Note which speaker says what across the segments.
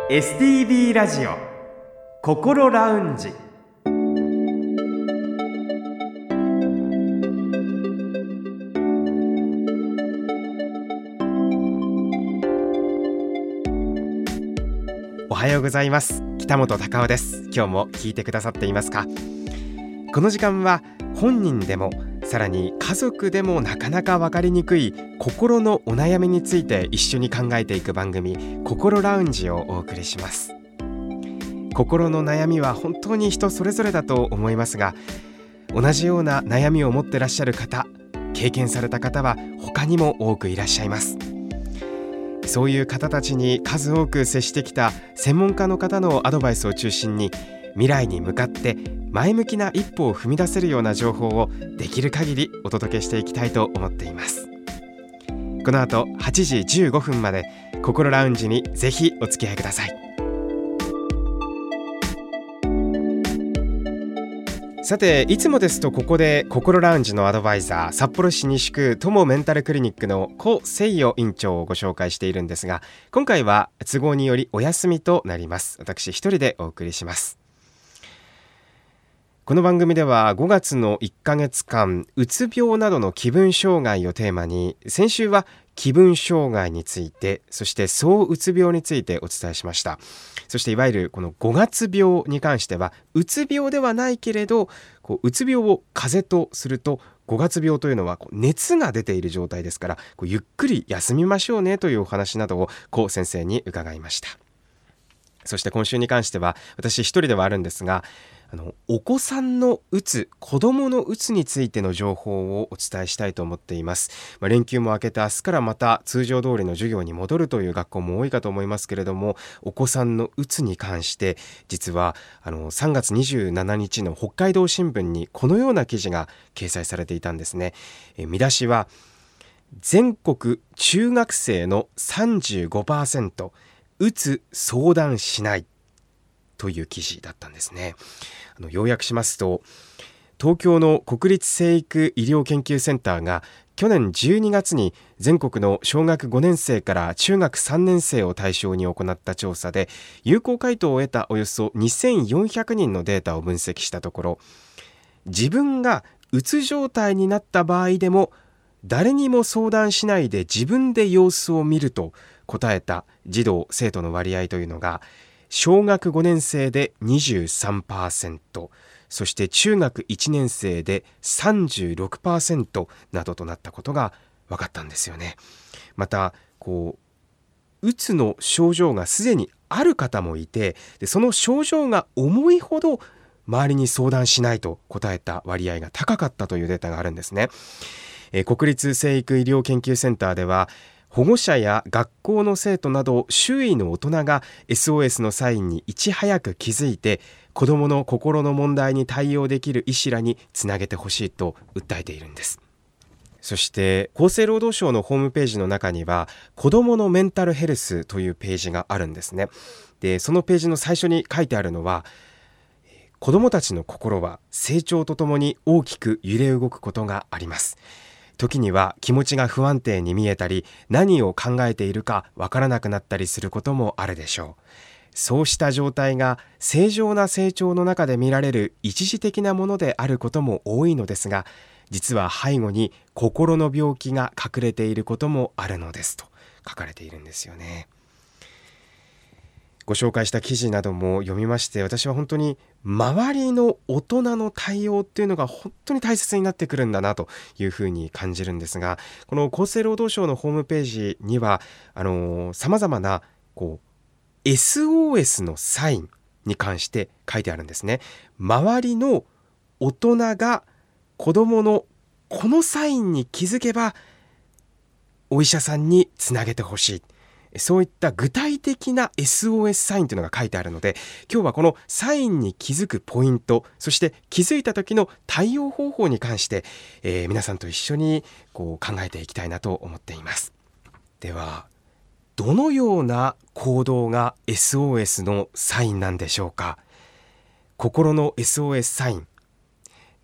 Speaker 1: STB ラジオ心ラウンジ。おはようございます。北本隆夫です。今日も聞いてくださっていますか？この時間は本人でもさらに家族でもなかなか分かりにくい心のお悩みについて一緒に考えていく番組、心ラウンジをお送りします。心の悩みは本当に人それぞれだと思いますが、同じような悩みを持ってらっしゃる方、経験された方は他にも多くいらっしゃいます。そういう方たちに数多く接してきた専門家の方のアドバイスを中心に、未来に向かって前向きな一歩を踏み出せるような情報をできる限りお届けしていきたいと思っています。この後8時15分まで心ラウンジにぜひお付き合いください。さて、いつもですとここで心ラウンジのアドバイザー、札幌市西区友メンタルクリニックの古誠代院長をご紹介しているんですが、今回は都合によりお休みとなります。私一人でお送りします。この番組では5月の1ヶ月間、うつ病などの気分障害をテーマに、先週は気分障害について、そしてそううつ病についてお伝えしました。そしていわゆるこの5月病に関しては、うつ病ではないけれど、うつ病を風邪とすると、5月病というのは熱が出ている状態ですから、ゆっくり休みましょうねというお話などを高先生に伺いました。そして今週に関しては、私一人ではあるんですが、お子さんのうつ、子どものうつについての情報をお伝えしたいと思っています。連休も明けて明日からまた通常通りの授業に戻るという学校も多いかと思いますけれども、お子さんのうつに関して実は3月27日の北海道新聞にこのような記事が掲載されていたんですね。見出しは、全国中学生の 35% うつ相談しないという記事だったんですね。要約しますと、東京の国立成育医療研究センターが去年12月に全国の小学5年生から中学3年生を対象に行った調査で、有効回答を得たおよそ2400人のデータを分析したところ、自分がうつ状態になった場合でも誰にも相談しないで自分で様子を見ると答えた児童生徒の割合というのが、小学5年生で 23%、 そして中学1年生で 36% などとなったことが分かったんですよね。またうつの症状がすでにある方もいて、その症状が重いほど周りに相談しないと答えた割合が高かったというデータがあるんですね。国立成育医療研究センターでは、保護者や学校の生徒など周囲の大人が SOS のサインにいち早く気づいて、子どもの心の問題に対応できる医師らにつなげてほしいと訴えているんです。そして厚生労働省のホームページの中には、子どものメンタルヘルスというページがあるんですね。で、そのページの最初に書いてあるのは、子どもたちの心は成長とともに大きく揺れ動くことがあります。時には気持ちが不安定に見えたり、何を考えているかわからなくなったりすることもあるでしょう。そうした状態が正常な成長の中で見られる一時的なものであることも多いのですが、実は背後に心の病気が隠れていることもあるのですと書かれているんですよね。ご紹介した記事なども読みまして、私は本当に周りの大人の対応っていうのが本当に大切になってくるんだなというふうに感じるんですが、この厚生労働省のホームページには様々なSOS のサインに関して書いてあるんですね。周りの大人が子どものこのサインに気づけばお医者さんにつなげてほしい、そういった具体的な SOS サインというのが書いてあるので、今日はこのサインに気づくポイント、そして気づいた時の対応方法に関して、皆さんと一緒に考えていきたいなと思っています。では、どのような行動が SOS のサインなんでしょうか。心の SOS サイン、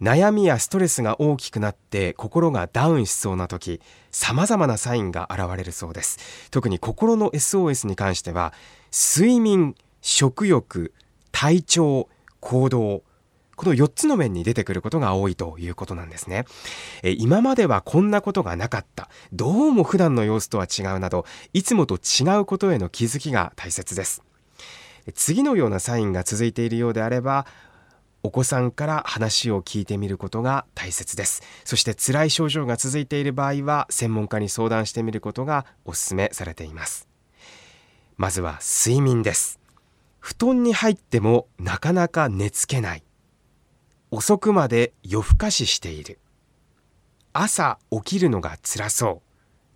Speaker 1: 悩みやストレスが大きくなって心がダウンしそうな時、様々なサインが現れるそうです。特に心の SOS に関しては、睡眠、食欲、体調、行動、この4つの面に出てくることが多いということなんですね。今まではこんなことがなかった、どうも普段の様子とは違うなど、いつもと違うことへの気づきが大切です。次のようなサインが続いているようであれば、お子さんから話を聞いてみることが大切です。そして辛い症状が続いている場合は専門家に相談してみることがお勧めされています。まずは睡眠です。布団に入ってもなかなか寝つけない。遅くまで夜更かししている。朝起きるのが辛そう。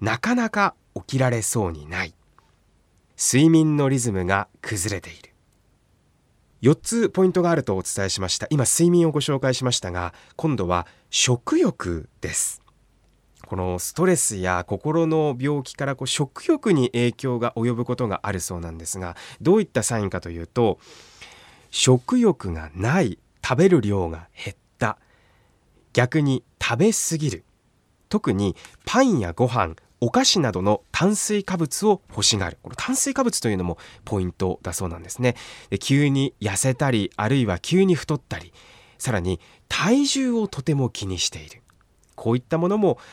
Speaker 1: なかなか起きられそうにない。睡眠のリズムが崩れている。4つポイントがあるとお伝えしました。今睡眠をご紹介しましたが、今度は食欲です。このストレスや心の病気から食欲に影響が及ぶことがあるそうなんですが、どういったサインかというと、食欲がない、食べる量が減った、逆に食べ過ぎる、特にパンやご飯、お菓子などの炭水化物を欲しがる。この炭水化物というのもポイントだそうなんですね。急に痩せたり、あるいは急に太ったり、さらに体重をとても気にしている。こういったものも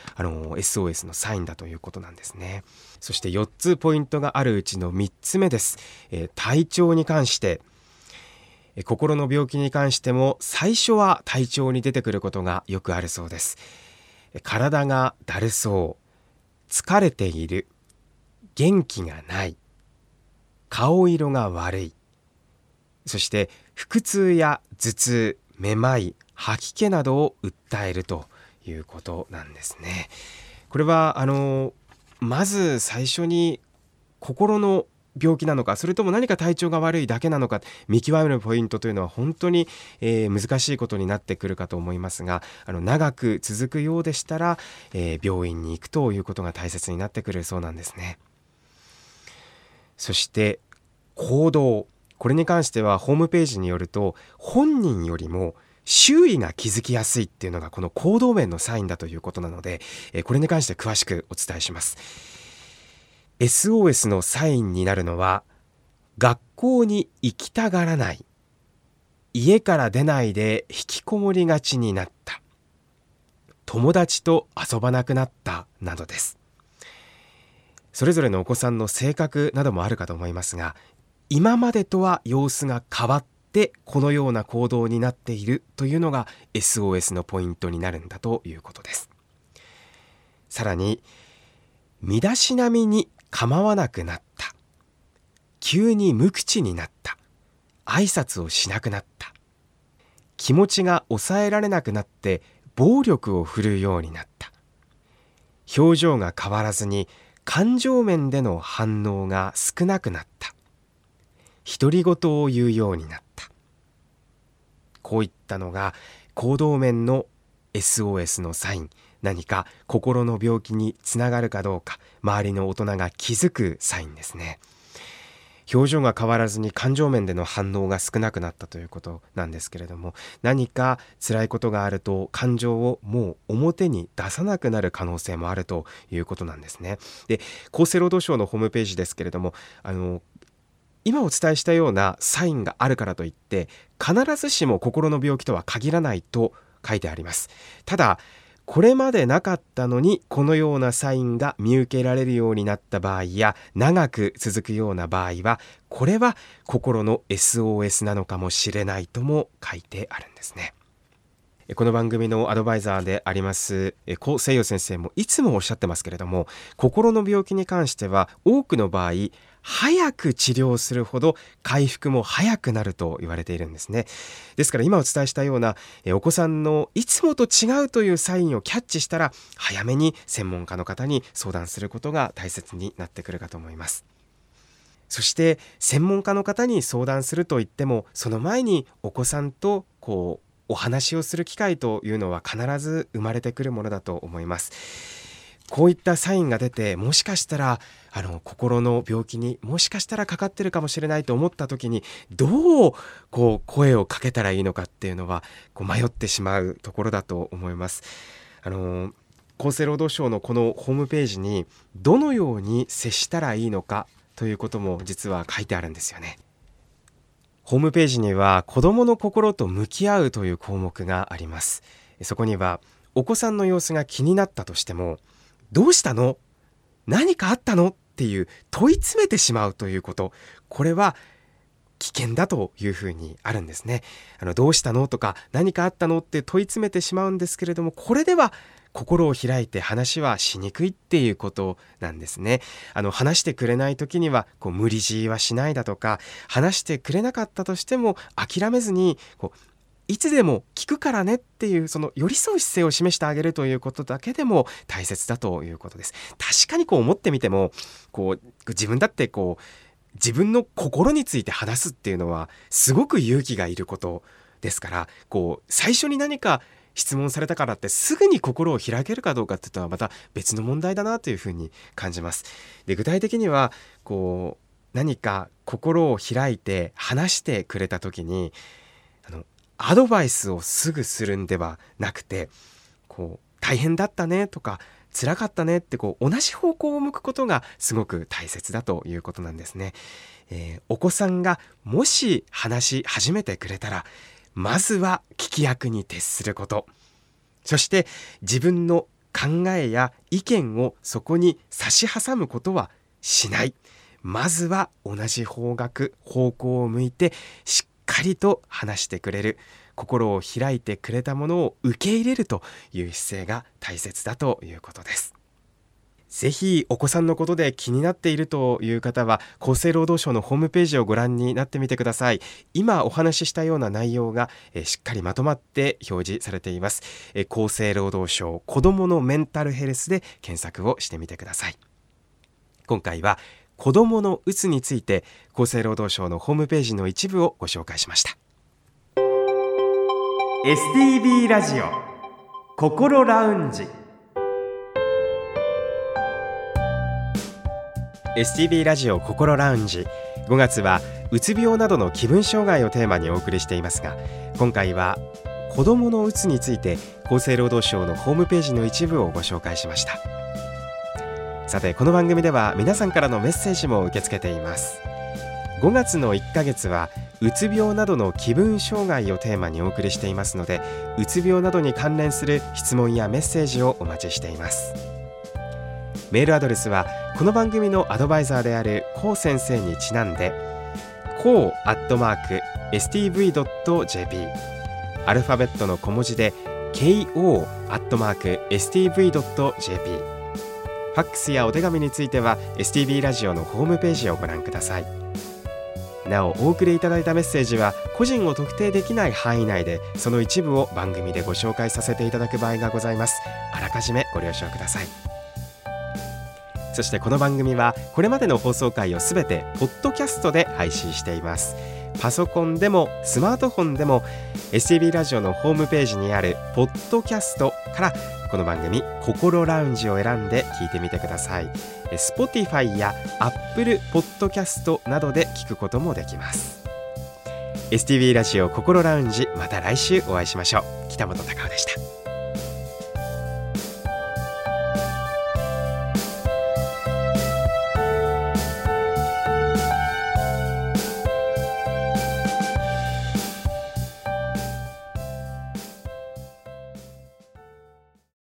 Speaker 1: SOS のサインだということなんですね。そして4つポイントがあるうちの3つ目です。体調に関して、心の病気に関しても最初は体調に出てくることがよくあるそうです。体がだるそう、疲れている、元気がない、顔色が悪い、そして腹痛や頭痛、めまい、吐き気などを訴えるということなんですね。これはまず最初に心の病気なのか、それとも何か体調が悪いだけなのか見極めるポイントというのは本当に、難しいことになってくるかと思いますが、長く続くようでしたら、病院に行くということが大切になってくるそうなんですね。そして行動、これに関してはホームページによると、本人よりも周囲が気づきやすいっていうのがこの行動面のサインだということなので、これに関して詳しくお伝えします。SOS のサインになるのは、学校に行きたがらない、家から出ないで引きこもりがちになった、友達と遊ばなくなったなどです。それぞれのお子さんの性格などもあるかと思いますが、今までとは様子が変わってこのような行動になっているというのが SOS のポイントになるんだということです。さらに、身だしなみに構わなくなった、急に無口になった、挨拶をしなくなった、気持ちが抑えられなくなって暴力を振るうようになった、表情が変わらずに感情面での反応が少なくなった、独り言を言うようになった。こういったのが行動面の SOS のサイン、何か心の病気につながるかどうか、周りの大人が気づくサインですね。表情が変わらずに感情面での反応が少なくなったということなんですけれども、何か辛いことがあると感情をもう表に出さなくなる可能性もあるということなんですね。で、厚生労働省のホームページですけれども、今お伝えしたようなサインがあるからといって必ずしも心の病気とは限らないと書いてあります。ただ、これまでなかったのにこのようなサインが見受けられるようになった場合や、長く続くような場合は、これは心の SOS なのかもしれないとも書いてあるんですね。この番組のアドバイザーであります高清陽先生もいつもおっしゃってますけれども、心の病気に関しては多くの場合早く治療するほど回復も早くなると言われているんですね。ですから今お伝えしたようなお子さんのいつもと違うというサインをキャッチしたら、早めに専門家の方に相談することが大切になってくるかと思います。そして専門家の方に相談するといっても、その前にお子さんとお話をする機会というのは必ず生まれてくるものだと思います。 こういったサインが出て、もしかしたら心の病気にもしかしたらかかってるかもしれないと思った時に、どう声をかけたらいいのかっていうのは迷ってしまうところだと思います。厚生労働省のこのホームページにどのように接したらいいのかということも実は書いてあるんですよね。ホームページには子どもの心と向き合うという項目があります。そこにはお子さんの様子が気になったとしても、どうしたの？何かあったの？っていう問い詰めてしまうということ、これは危険だというふうにあるんですね。どうしたのとか何かあったのって問い詰めてしまうんですけれども、これでは心を開いて話はしにくいっていうことなんですね。話してくれない時には無理強いはしないだとか、話してくれなかったとしても諦めずにいつでも聞くからねっていう、その寄り添う姿勢を示してあげるということだけでも大切だということです。確かに思ってみても自分だって自分の心について話すっていうのはすごく勇気がいることですから、最初に何か質問されたからってすぐに心を開けるかどうかっていうのはまた別の問題だなというふうに感じます。で、具体的には何か心を開いて話してくれた時にアドバイスをすぐするんではなくて、大変だったねとか辛かったねって同じ方向を向くことがすごく大切だということなんですね。お子さんがもし話し始めてくれたら、まずは聞き役に徹すること、そして自分の考えや意見をそこに差し挟むことはしない。まずは同じ方向を向いてしっかりと話してくれる、心を開いてくれたものを受け入れるという姿勢が大切だということです。ぜひお子さんのことで気になっているという方は厚生労働省のホームページをご覧になってみてください。今お話ししたような内容がしっかりまとまって表示されています。厚生労働省子どものメンタルヘルスで検索をしてみてください。今回は子どものうつについて厚生労働省のホームページの一部をご紹介しました。 STB ラジオ心ラウンジ。 STB ラジオ心ラウンジ、5月はうつ病などの気分障害をテーマにお送りしていますが、今回は子どものうつについて厚生労働省のホームページの一部をご紹介しました。さて、この番組では皆さんからのメッセージも受け付けています。5月の1ヶ月はうつ病などの気分障害をテーマにお送りしていますので、うつ病などに関連する質問やメッセージをお待ちしています。メールアドレスはこの番組のアドバイザーであるコウ先生にちなんで ko@stv.jp、 アルファベットの小文字で ko@stv.jp、 ファックスやお手紙については STB ラジオのホームページをご覧ください。なお、お送りいただいたメッセージは個人を特定できない範囲内で、その一部を番組でご紹介させていただく場合がございます。あらかじめご了承ください。そしてこの番組はこれまでの放送回をすべてポッドキャストで配信しています。パソコンでもスマートフォンでも STB ラジオのホームページにあるポッドキャストからこの番組心ラウンジを選んで聞いてみてください。 Spotify や Apple Podcast などで聞くこともできます。 STB ラジオ心ラウンジ、また来週お会いしましょう。北本隆夫でした。